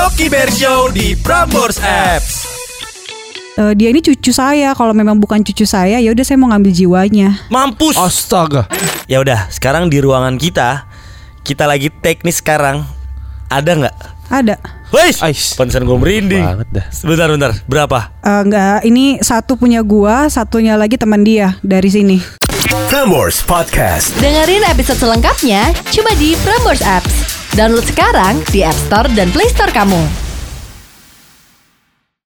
Rocky Bear Show di Prambors Apps. Dia ini cucu saya. Kalau memang bukan cucu saya, ya udah saya mau ngambil jiwanya. Mampus. Astaga. Ya udah, sekarang di ruangan kita lagi teknis sekarang. Ada nggak? Ada. Wais, pantesan gue merinding. Banget dah. Bentar, berapa? Enggak, ini satu punya gua, satunya lagi teman dia dari sini. Prambors Podcast. Dengerin episode selengkapnya cuma di Prambors Apps. Download sekarang di App Store dan Play Store kamu.